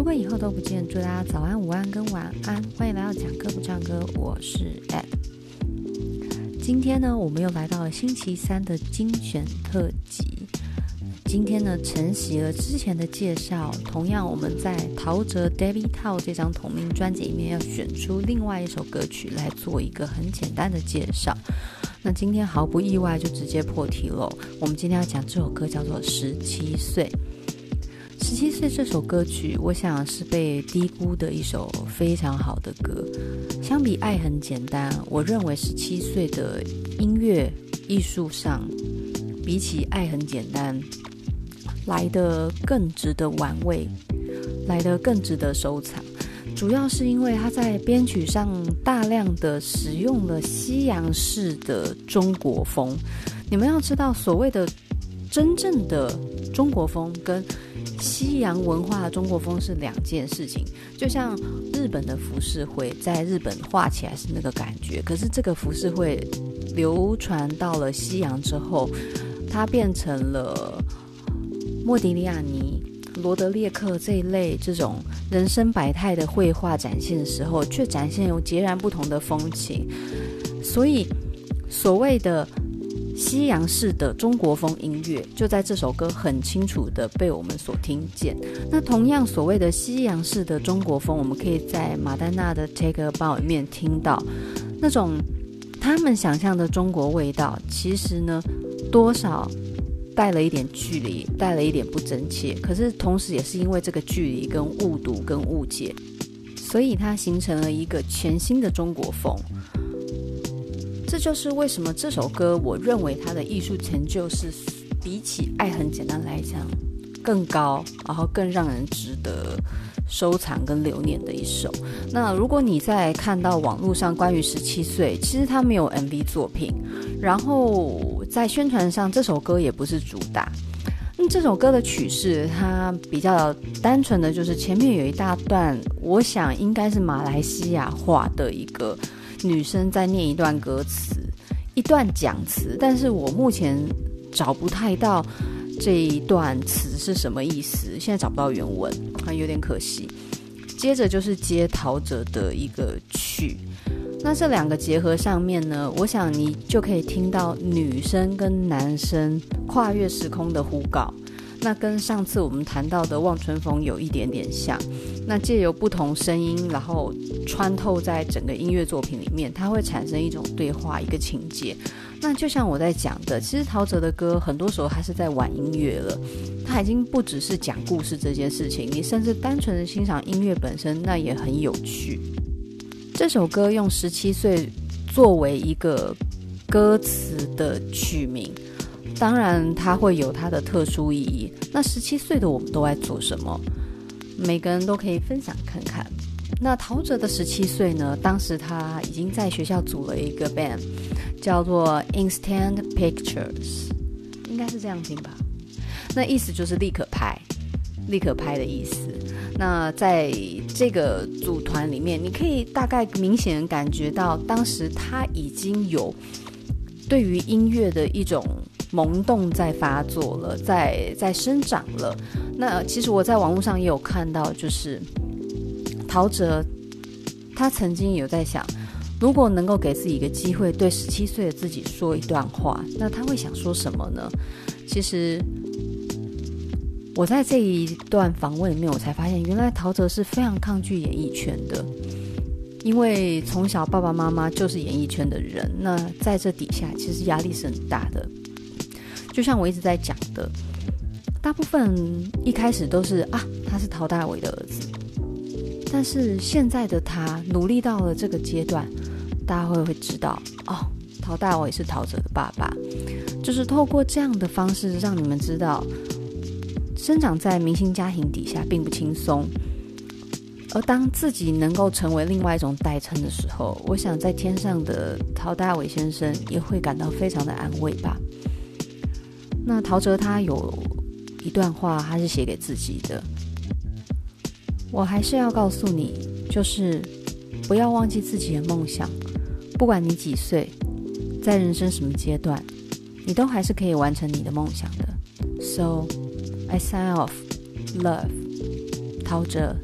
如果以后都不见，祝大家早安、午安跟晚安。欢迎来到讲歌不唱歌，我是 Ed。今天呢，我们又来到了星期三的精选特辑。今天呢，承袭了之前的介绍，同样我们在陶喆 David Tao 这张同名专辑里面要选出另外一首歌曲来做一个很简单的介绍。那今天毫不意外就直接破题了，我们今天要讲这首歌叫做17岁。17岁这首歌曲，我想是被低估的一首非常好的歌。相比爱很简单，我认为17岁的音乐艺术上，比起爱很简单来得更值得玩味，来得更值得收藏。主要是因为他在编曲上大量的使用了西洋式的中国风。你们要知道，所谓的真正的中国风跟西洋文化的中国风是两件事情。就像日本的浮世绘，在日本画起来是那个感觉，可是这个浮世绘流传到了西洋之后，它变成了莫迪利亚尼、罗德列克这一类这种人生百态的绘画展现的时候，却展现有截然不同的风情。所以所谓的西洋式的中国风音乐就在这首歌很清楚的被我们所听见。那同样所谓的西洋式的中国风，我们可以在马丹娜的 Take a Bow 里面听到那种他们想象的中国味道，其实呢多少带了一点距离，带了一点不真切，可是同时也是因为这个距离跟误读跟误解，所以它形成了一个全新的中国风。这就是为什么这首歌我认为它的艺术成就是比起爱很简单来讲更高，然后更让人值得收藏跟留念的一首。那如果你在看到网络上关于17岁，其实它没有 MV 作品，然后在宣传上这首歌也不是主打。这首歌的曲式它比较单纯的就是前面有一大段，我想应该是马来西亚话的一个女生在念一段歌词，一段讲词，但是我目前找不太到这一段词是什么意思，现在找不到原文，有点可惜。接着就是接陶喆的一个曲，那这两个结合上面呢，我想你就可以听到女生跟男生跨越时空的呼告，那跟上次我们谈到的望春风有一点点像。那借由不同声音，然后穿透在整个音乐作品里面，它会产生一种对话，一个情节。那就像我在讲的，其实陶喆的歌很多时候他是在玩音乐了，他已经不只是讲故事这件事情，你甚至单纯的欣赏音乐本身，那也很有趣。这首歌用17岁作为一个歌词的曲名，当然它会有它的特殊意义。那17岁的我们都在做什么？每个人都可以分享看看。那陶喆的17岁呢，当时他已经在学校组了一个 band， 叫做 Instant Pictures， 应该是这样听吧。那意思就是立可拍的意思。那在这个组团里面，你可以大概明显感觉到，当时他已经有对于音乐的一种萌动在发作了，在生长了。那其实我在网络上也有看到，就是陶喆他曾经有在想，如果能够给自己一个机会，对17岁的自己说一段话，那他会想说什么呢？其实我在这一段访问里面，我才发现原来陶喆是非常抗拒演艺圈的，因为从小爸爸妈妈就是演艺圈的人，那在这底下其实压力是很大的。就像我一直在讲的，大部分一开始都是他是陶大伟的儿子，但是现在的他努力到了这个阶段，大家会知道陶大伟是陶喆的爸爸，就是透过这样的方式让你们知道，生长在明星家庭底下并不轻松，而当自己能够成为另外一种代称的时候，我想在天上的陶大伟先生也会感到非常的安慰吧。那陶喆他有一段话，他是写给自己的，我还是要告诉你，就是不要忘记自己的梦想，不管你几岁，在人生什么阶段，你都还是可以完成你的梦想的。So I sign off, love， 陶喆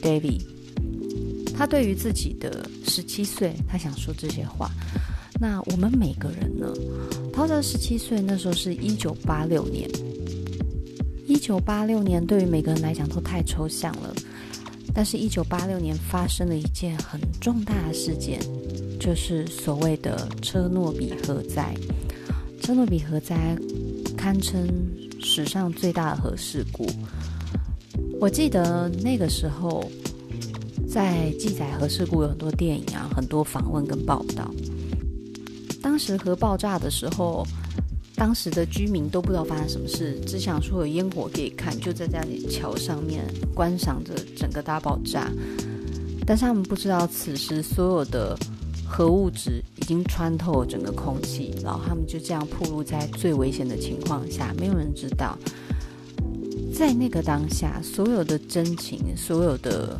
David， 他对于自己的17岁，他想说这些话。那我们每个人呢？陶喆17岁那时候是1986年，1986年对于每个人来讲都太抽象了。但是1986年发生了一件很重大的事件，就是所谓的车诺比核灾。车诺比核灾堪称史上最大的核事故。我记得那个时候在记载核事故有很多电影啊，很多访问跟报道。当时核爆炸的时候，当时的居民都不知道发生什么事，只想说有烟火可以看，就在那里桥上面观赏着整个大爆炸。但是他们不知道，此时所有的核物质已经穿透了整个空气，然后他们就这样暴露在最危险的情况下，没有人知道。在那个当下，所有的真情，所有的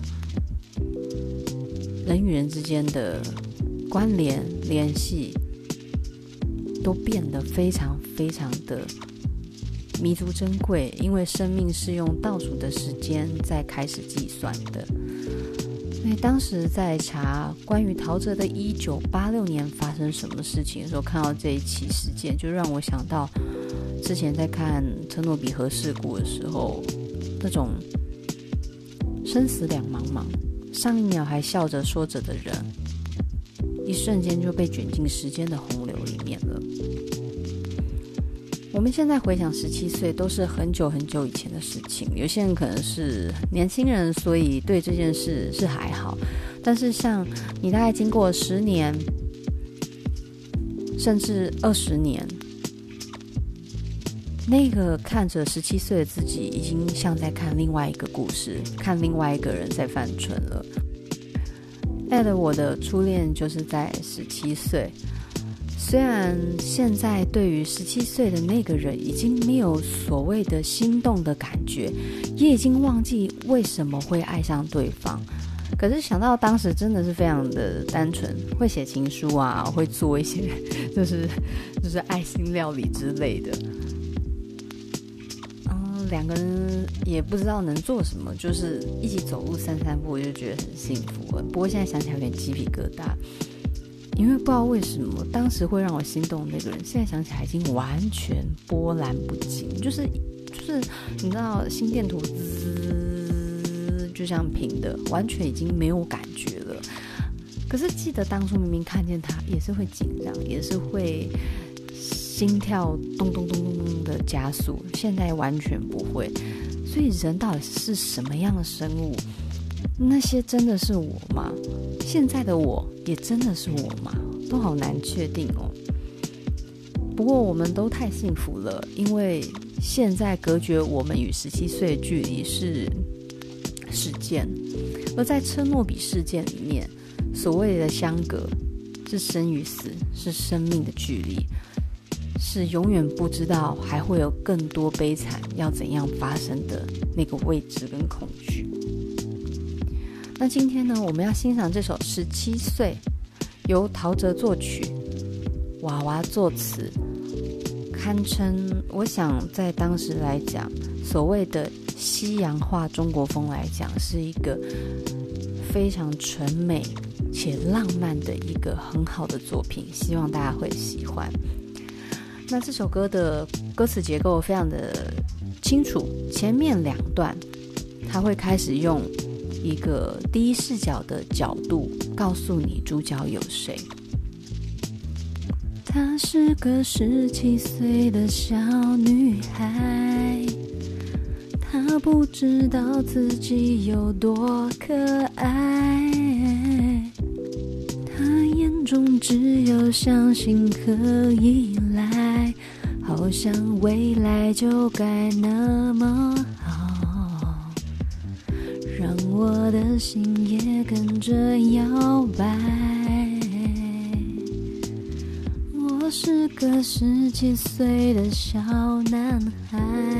人与人之间的关联联系，都变得非常非常的弥足珍贵，因为生命是用倒数的时间在开始计算的。所以当时在查关于陶喆的1986年发生什么事情的时候，看到这一起事件，就让我想到之前在看车诺比核事故的时候，那种生死两茫茫，上一秒还笑着说着的人，一瞬间就被卷进时间的洪流里面了。我们现在回想17岁都是很久很久以前的事情，有些人可能是年轻人，所以对这件事是还好，但是像你大概经过10年甚至20年，那个看着17岁的自己已经像在看另外一个故事，看另外一个人在犯蠢了。我的初恋就是在17岁，虽然现在对于17岁的那个人已经没有所谓的心动的感觉，也已经忘记为什么会爱上对方，可是想到当时真的是非常的单纯，会写情书啊，会做一些就是爱心料理之类的。两个人也不知道能做什么，就是一起走路散散步，我就觉得很幸福了。不过现在想起来有点鸡皮疙瘩，因为不知道为什么当时会让我心动的那个人，现在想起来已经完全波澜不惊，就是你知道心电图滋就这样平的，完全已经没有感觉了。可是记得当初明明看见他也是会紧张，也是会心跳咚咚咚咚咚的加速，现在完全不会。所以人到底是什么样的生物？那些真的是我吗？现在的我也真的是我吗？都好难确定哦。不过我们都太幸福了，因为现在隔绝我们与17岁的距离是事件，而在车诺比事件里面，所谓的相隔是生与死，是生命的距离，是永远不知道还会有更多悲惨要怎样发生的那个未知跟恐惧。那今天呢，我们要欣赏这首17岁，由陶喆作曲，娃娃作词，堪称我想在当时来讲，所谓的西洋化中国风来讲，是一个非常纯美且浪漫的一个很好的作品，希望大家会喜欢。那这首歌的歌词结构非常的清楚，前面2段它会开始用一个第一视角的角度告诉你主角有谁。她是个17岁的小女孩，她不知道自己有多可爱，她眼中只有相信和依赖，好像未来就该那么好，让我的心也跟着摇摆。我是个17岁的小男孩，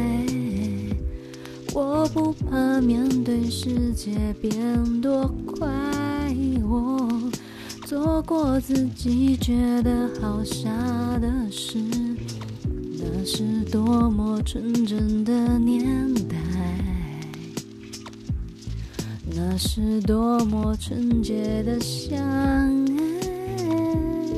我不怕面对世界变多快，我做过自己觉得好傻的事，那是多么纯真的年代。 那是多么纯洁的相爱。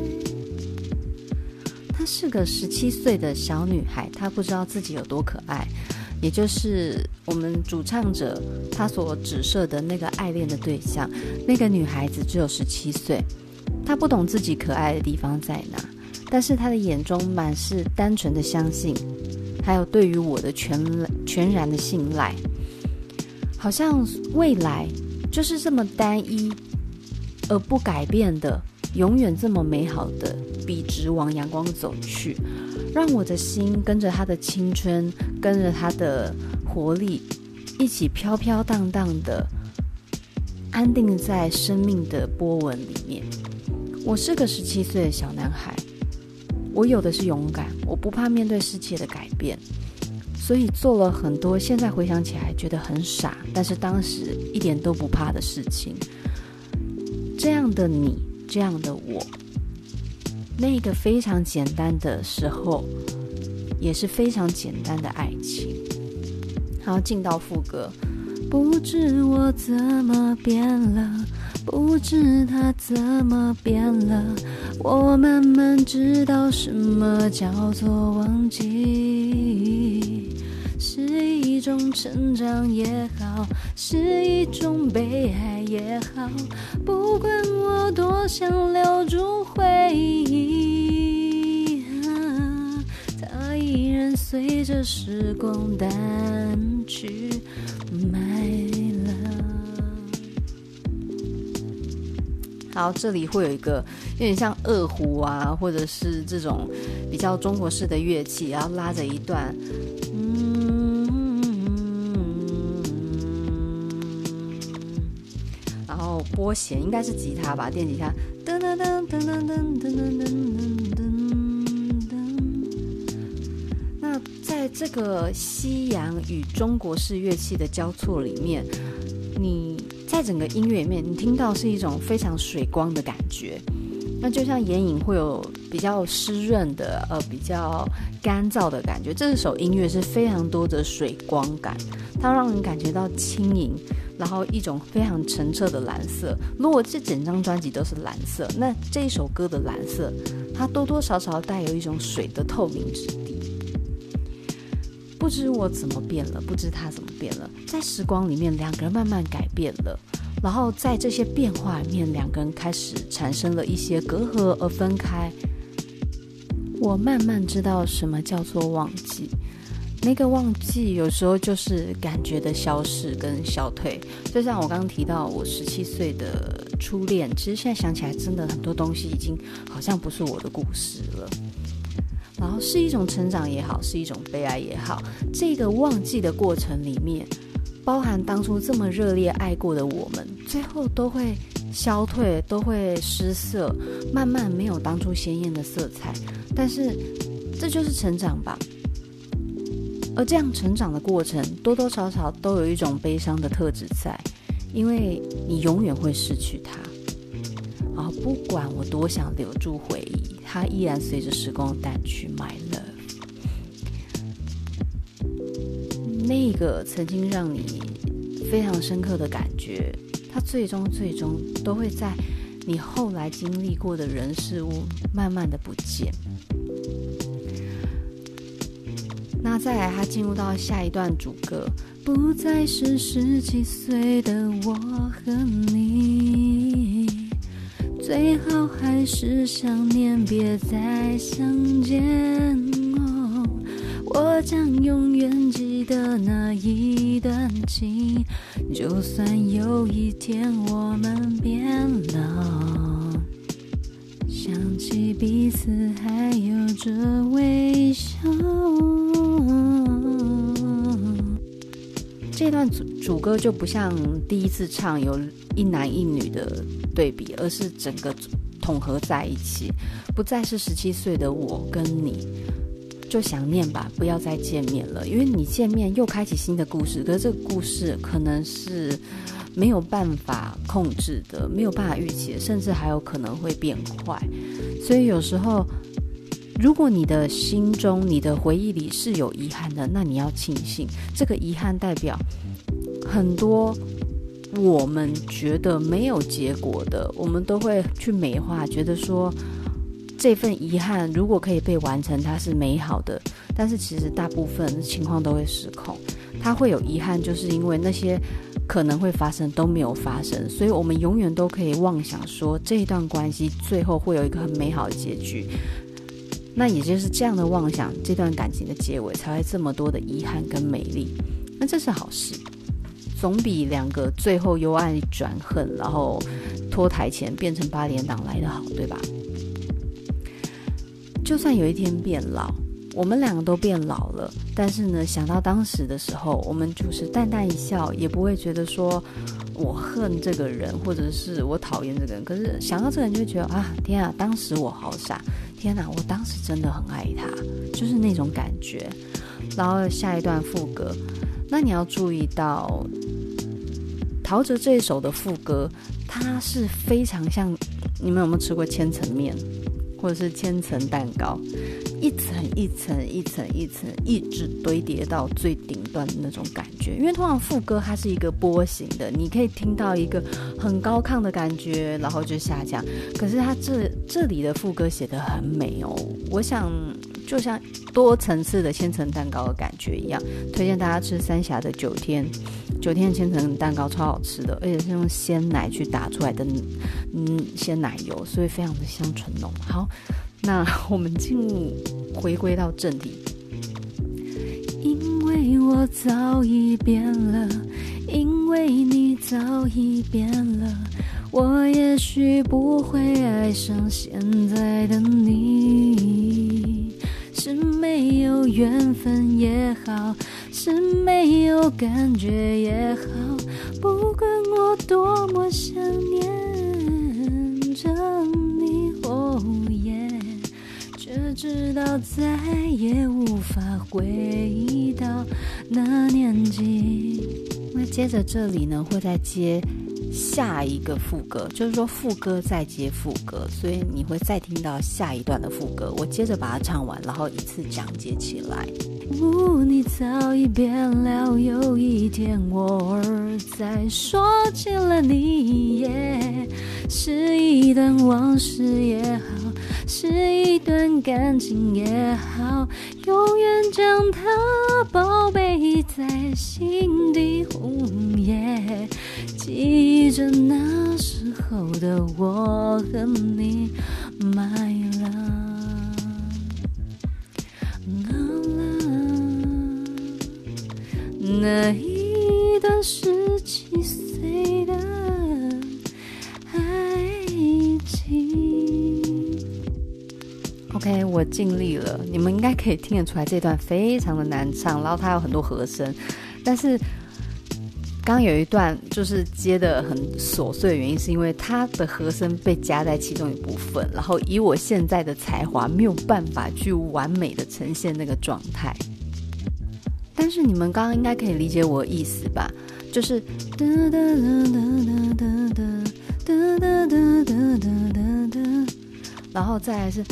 她是个17岁的小女孩，她不知道自己有多可爱，也就是我们主唱者她所指涉的那个爱恋的对象。那个女孩子只有17岁，她不懂自己可爱的地方在哪，但是她的眼中满是单纯的相信，还有对于我的全然的信赖。好像未来就是这么单一而不改变的，永远这么美好的，笔直往阳光走去，让我的心跟着他的青春，跟着他的活力，一起飘飘荡荡的安定在生命的波纹里面。我是个17岁的小男孩，我有的是勇敢，我不怕面对世界的改变，所以做了很多现在回想起来觉得很傻，但是当时一点都不怕的事情。这样的你，这样的我，那个非常简单的时候，也是非常简单的爱情。好，进到副歌，不知我怎么变了，不知他怎么变了，我慢慢知道什么叫做忘记，是一种成长也好，是一种悲哀也好，不管我多想留住回忆，它依然随着时光淡去埋了。好，这里会有一个有点像二胡啊，或者是这种比较中国式的乐器，然后拉着一段然后拨弦应该是吉他吧，电吉他，噔噔噔噔噔噔噔噔噔噔。那在这个西洋与中国式乐器的交错里面，你在整个音乐里面，你听到是一种非常水光的感觉。那就像眼影会有比较湿润的比较干燥的感觉，这首音乐是非常多的水光感，它让人感觉到轻盈，然后一种非常澄澈的蓝色。如果这整张专辑都是蓝色，那这一首歌的蓝色它多多少少带有一种水的透明质地。不知我怎么变了，不知他怎么变了，在时光里面两个人慢慢改变了，然后在这些变化里面，两个人开始产生了一些隔阂而分开。我慢慢知道什么叫做忘记，那个忘记有时候就是感觉的消逝跟消退。就像我刚刚提到我17岁的初恋，其实现在想起来真的很多东西已经好像不是我的故事了，然后是一种成长也好，是一种悲哀也好，这个忘记的过程里面包含当初这么热烈爱过的我们，最后都会消退，都会失色，慢慢没有当初鲜艳的色彩。但是这就是成长吧，而这样成长的过程多多少少都有一种悲伤的特质在，因为你永远会失去它。然后不管我多想留住回忆，它依然随着时光淡去 My love。 那个曾经让你非常深刻的感觉，它最终都会在你后来经历过的人事物慢慢的不见。那再来，他进入到下一段主歌，不再是17岁的我和你，最好还是想念，别再相见哦。我将永远记得那一段情，就算有一天我们变老，想起彼此还有着微笑。这段主歌就不像第一次唱有一男一女的对比，而是整个统合在一起，不再是17岁的我跟你，就想念吧，不要再见面了，因为你见面又开启新的故事，可是这个故事可能是没有办法控制的，没有办法预期的，甚至还有可能会变坏。所以有时候如果你的心中你的回忆里是有遗憾的，那你要庆幸，这个遗憾代表很多我们觉得没有结果的，我们都会去美化，觉得说这份遗憾如果可以被完成，它是美好的。但是其实大部分情况都会失控，它会有遗憾，就是因为那些可能会发生都没有发生，所以我们永远都可以妄想说这一段关系最后会有一个很美好的结局。那也就是这样的妄想，这段感情的结尾才会这么多的遗憾跟美丽。那这是好事，总比两个最后由爱转恨，然后脱台前变成8连档来得好，对吧？就算有一天变老，我们两个都变老了，但是呢，想到当时的时候，我们就是淡淡一笑，也不会觉得说我恨这个人，或者是我讨厌这个人。可是想到这个人，就会觉得啊，天啊，当时我好傻，天啊，我当时真的很爱他，就是那种感觉。然后下一段副歌，那你要注意到，陶喆这一首的副歌，它是非常像，你们有没有吃过千层面？或者是千层蛋糕，一层一层一层一层一直堆叠到最顶端的那种感觉。因为通常副歌它是一个波形的，你可以听到一个很高亢的感觉，然后就下降。可是它这里的副歌写得很美哦，我想就像多层次的千层蛋糕的感觉一样，推荐大家吃三峡的9天千层蛋糕，超好吃的，而且是用鲜奶去打出来的鲜奶油，所以非常的香醇浓。好，那我们回归到正题。因为我早已变了，因为你早已变了，我也许不会爱上现在的你。是没有缘分也好，是没有感觉也好，不管我多么想念着你，哦耶，却知道再也无法回到那年纪。那接着这里呢，会再接下一个副歌，就是说副歌再接副歌，所以你会再听到下一段的副歌。我接着把它唱完，然后一次讲解起来。你早已变了，有一天我儿再说起了你耶，是一段往事也好，是一段感情也好，永远将它宝贝在心底，耶，记着那时候的我和你买了那一段17岁的爱情。 OK， 我尽力了，你们应该可以听得出来这段非常的难唱，然后它有很多和声，但是刚刚有一段就是接的很琐碎的原因，是因为它的和声被加在其中一部分，然后以我现在的才华没有办法去完美的呈现那个状态。但是你们刚刚应该可以理解我的意思吧？就是然后再来是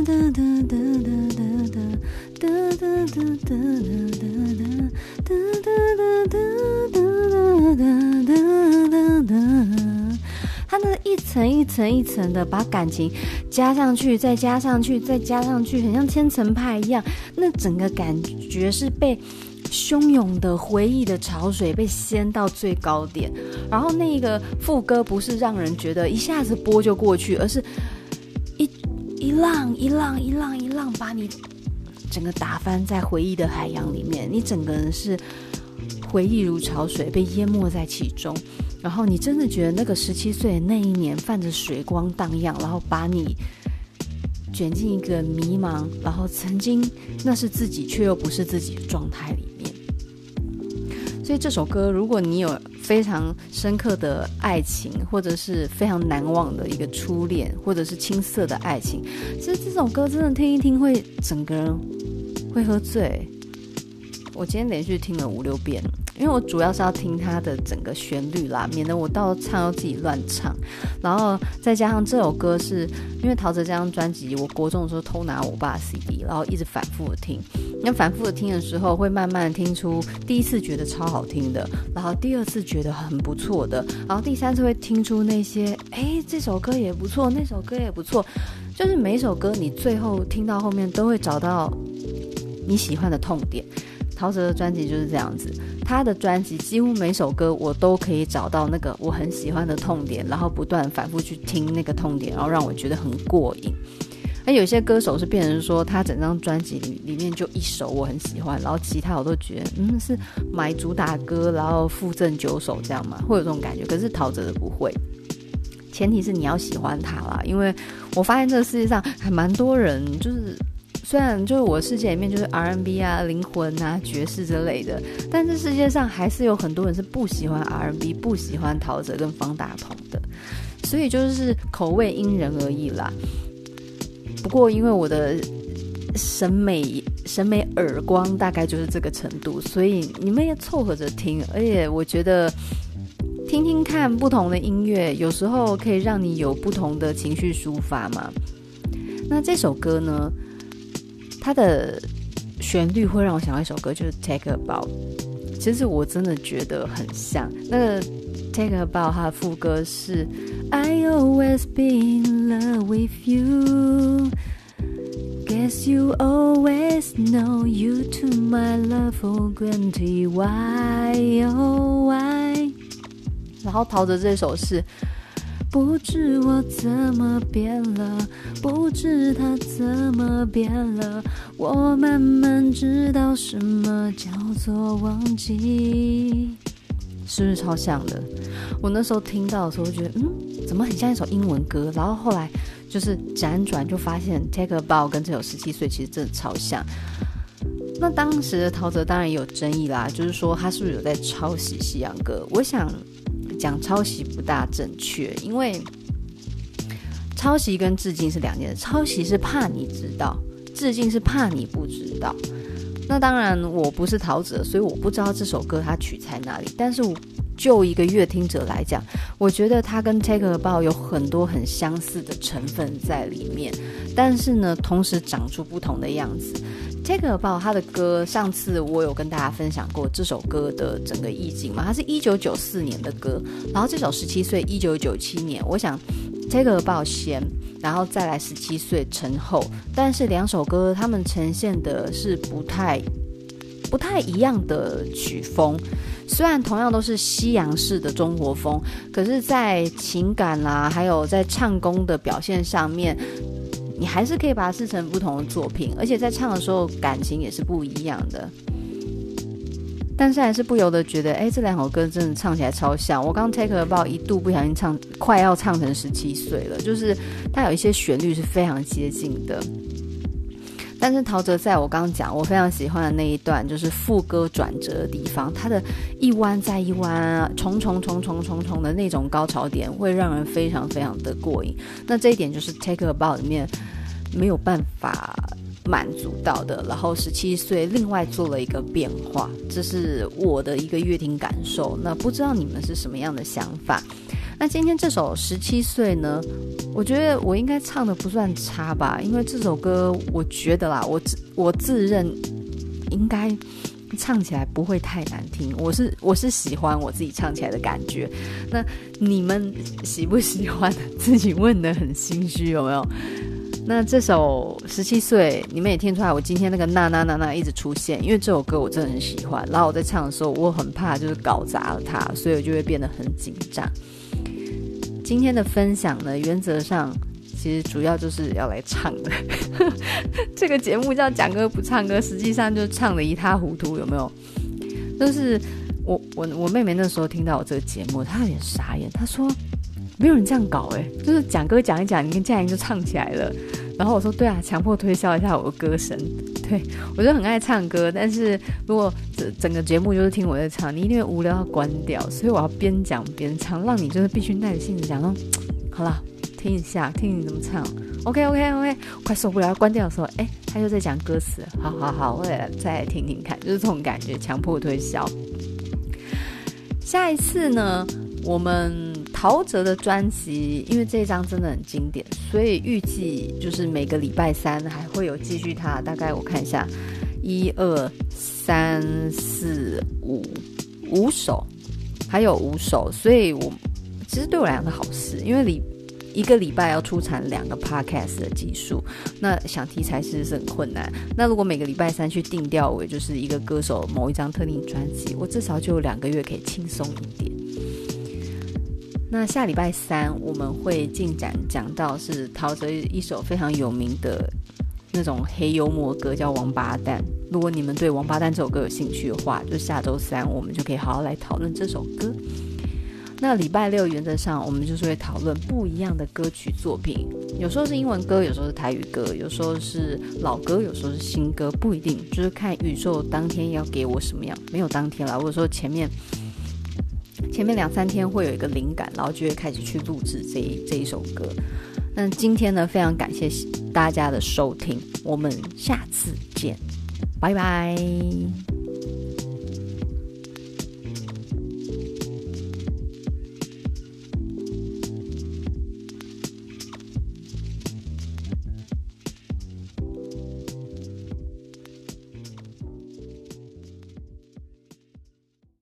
它那一层一层一层的把感情加上去，再加上去，再加上去，很像千层派一样，那整个感觉是被汹涌的回忆的潮水被掀到最高点。然后那个副歌不是让人觉得一下子波就过去，而是一浪一浪一浪一浪把你整个打翻在回忆的海洋里面，你整个人是回忆如潮水被淹没在其中，然后你真的觉得那个17岁的那一年泛着水光荡漾，然后把你卷进一个迷茫，然后曾经那是自己却又不是自己的状态里面。所以这首歌如果你有非常深刻的爱情，或者是非常难忘的一个初恋，或者是青涩的爱情，其实这首歌真的听一听会整个人会喝醉。我今天连续听了5-6遍，因为我主要是要听它的整个旋律啦，免得我到唱要自己乱唱。然后再加上这首歌是因为陶喆这张专辑我国中的时候偷拿我爸的 CD， 然后一直反复的听， 那反复的听的时候，会慢慢听出第一次觉得超好听的，然后第二次觉得很不错的，然后第三次会听出那些这首歌也不错，那首歌也不错，就是每一首歌你最后听到后面都会找到你喜欢的痛点。陶喆的专辑就是这样子，他的专辑几乎每首歌我都可以找到那个我很喜欢的痛点，然后不断反复去听那个痛点，然后让我觉得很过瘾。那有些歌手是变成说他整张专辑里面就一首我很喜欢，然后其他我都觉得是买主打歌然后附赠9首这样嘛，会有这种感觉。可是陶喆的不会，前提是你要喜欢他啦，因为我发现这个世界上还蛮多人，就是虽然就是我世界里面就是 R&B 啊、灵魂啊、爵士之类的，但是世界上还是有很多人是不喜欢 R&B、不喜欢陶喆跟方大同的，所以就是口味因人而异啦。不过因为我的审美耳光大概就是这个程度，所以你们也凑合着听，而且我觉得听听看不同的音乐，有时候可以让你有不同的情绪抒发嘛。那这首歌呢，它的旋律会让我想到一首歌，就是 Take a Bow。 其实我真的觉得很像那个 Take a Bow， 它的副歌是 I always be in love with you, guess you always know you took my love for granted, why oh why。 然后陶喆这首是不知我怎么变了，不知他怎么变了，我慢慢知道什么叫做忘记。是不是超像的？我那时候听到的时候觉得怎么很像一首英文歌，然后后来就是辗转就发现 Take a Bow 跟这首17岁其实真的超像。那当时的陶喆当然也有争议啦，就是说他是不是有在抄袭西洋歌。我想讲抄袭不大正确，因为抄袭跟致敬是两件事，抄袭是怕你知道，致敬是怕你不知道。那当然我不是陶喆，所以我不知道这首歌它取材哪里，但是就一个乐听者来讲，我觉得它跟 Take a Bow 有很多很相似的成分在里面，但是呢同时长出不同的样子。Take a Bow 它的歌，上次我有跟大家分享过这首歌的整个意境嘛，它是1994年的歌，然后这首17岁1997年，我想 Take a Bow 先，然后再来17岁陈后，但是两首歌他们呈现的是不太一样的曲风，虽然同样都是西洋式的中国风，可是在情感啦，还有在唱功的表现上面，你还是可以把它视成不同的作品，而且在唱的时候感情也是不一样的。但是还是不由得觉得这两首歌真的唱起来超像。我刚 Take a Bow 一度不小心快要唱成17岁了，就是它有一些旋律是非常接近的。但是陶喆在我刚刚讲我非常喜欢的那一段，就是副歌转折的地方，它的一弯再一弯重的那种高潮点会让人非常非常的过瘾。那这一点就是 Take a Bow 里面没有办法满足到的，然后17岁另外做了一个变化，这是我的一个乐听感受。那不知道你们是什么样的想法？那今天这首17岁呢，我觉得我应该唱的不算差吧，因为这首歌我觉得啦，我自认应该唱起来不会太难听，我是喜欢我自己唱起来的感觉。那你们喜不喜欢？自己问得很心虚有没有？那这首17岁你们也听出来我今天那个那一直出现，因为这首歌我真的很喜欢，然后我在唱的时候我很怕就是搞砸了它，所以我就会变得很紧张。今天的分享呢，原则上其实主要就是要来唱的这个节目叫讲歌不唱歌，实际上就唱得一塌糊涂，有没有？就是我妹妹那时候听到我这个节目，她有点傻眼，她说没有人这样搞就是讲歌讲一讲，你跟佳莹就唱起来了。然后我说对啊，强迫推销一下我的歌声。对，我就很爱唱歌，但是如果整个节目就是听我在唱，你一定会无聊到关掉，所以我要边讲边唱，让你就是必须耐着性子讲说好啦，听一下，听你怎么唱。 OK， 快受不了要关掉的时候，他就在讲歌词，好，我也再来听听看，就是这种感觉，强迫推销。下一次呢，我们陶喆的专辑，因为这一张真的很经典，所以预计就是每个礼拜三还会有继续他，大概我看一下1、 5首，还有5首，所以其实对我来讲是好事，因为一个礼拜要出产2个 podcast 的集数，那想题材是很困难。那如果每个礼拜3去定调为就是一个歌手某一张特定专辑，我至少就有2个月可以轻松一点。那下礼拜3我们会进展讲到是陶喆一首非常有名的那种黑幽默歌，叫《王八蛋》。如果你们对《王八蛋》这首歌有兴趣的话，就下周3我们就可以好好来讨论这首歌。那礼拜6原则上我们就是会讨论不一样的歌曲作品，有时候是英文歌，有时候是台语歌，有时候是老歌，有时候是新歌，不一定，就是看宇宙当天要给我什么样。没有当天啦，或者说前面2-3天会有一个灵感，然后就会开始去录制这一首歌。那今天呢，非常感谢大家的收听，我们下次见，拜拜。